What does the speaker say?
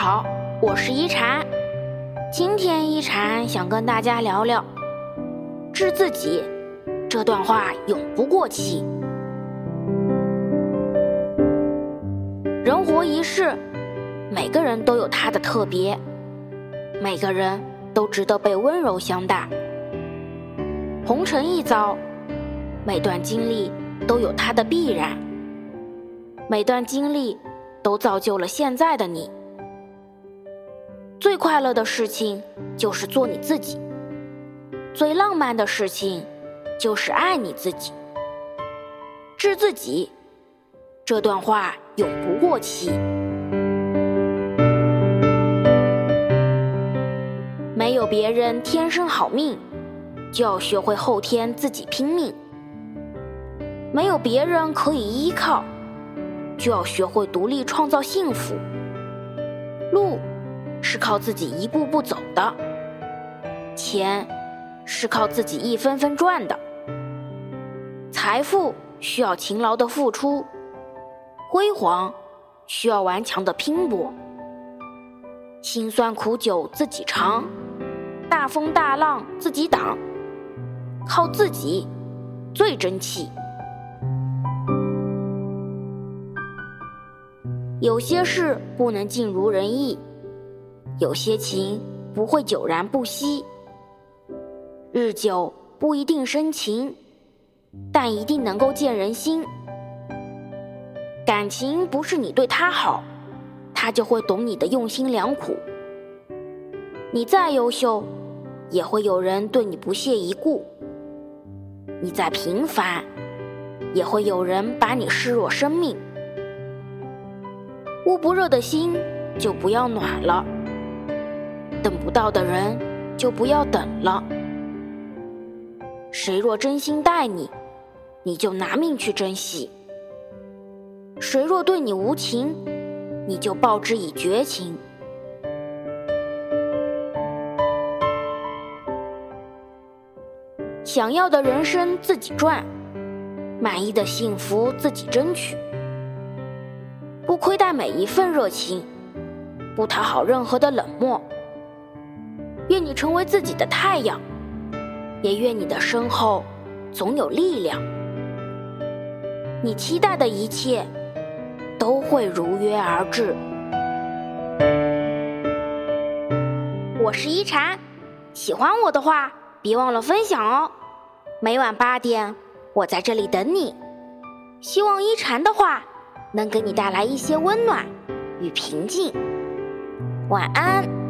好，我是一禅。今天一禅想跟大家聊聊治自己这段话永不过期。人活一世，每个人都有他的特别，每个人都值得被温柔相待。红尘一遭，每段经历都有它的必然，每段经历都造就了现在的你。最快乐的事情就是做你自己，最浪漫的事情就是爱你自己。治自己这段话永不过期。没有别人天生好命，就要学会后天自己拼命。没有别人可以依靠，就要学会独立创造幸福。路是靠自己一步步走的，钱是靠自己一分分赚的，财富需要勤劳的付出，辉煌需要顽强的拼搏。辛酸苦酒自己尝，大风大浪自己挡，靠自己最争气。有些事不能尽如人意，有些情不会久然不息。日久不一定生情，但一定能够见人心。感情不是你对他好，他就会懂你的用心良苦。你再优秀，也会有人对你不屑一顾。你再平凡，也会有人把你视若生命。捂不热的心就不要暖了，等不到的人就不要等了。谁若真心待你，你就拿命去珍惜；谁若对你无情，你就报之以绝情。想要的人生自己赚，满意的幸福自己争取。不亏待每一份热情，不讨好任何的冷漠。愿你成为自己的太阳，也愿你的身后总有力量。你期待的一切都会如约而至。我是一禅，喜欢我的话别忘了分享哦。每晚8点，我在这里等你。希望一禅的话能给你带来一些温暖与平静。晚安。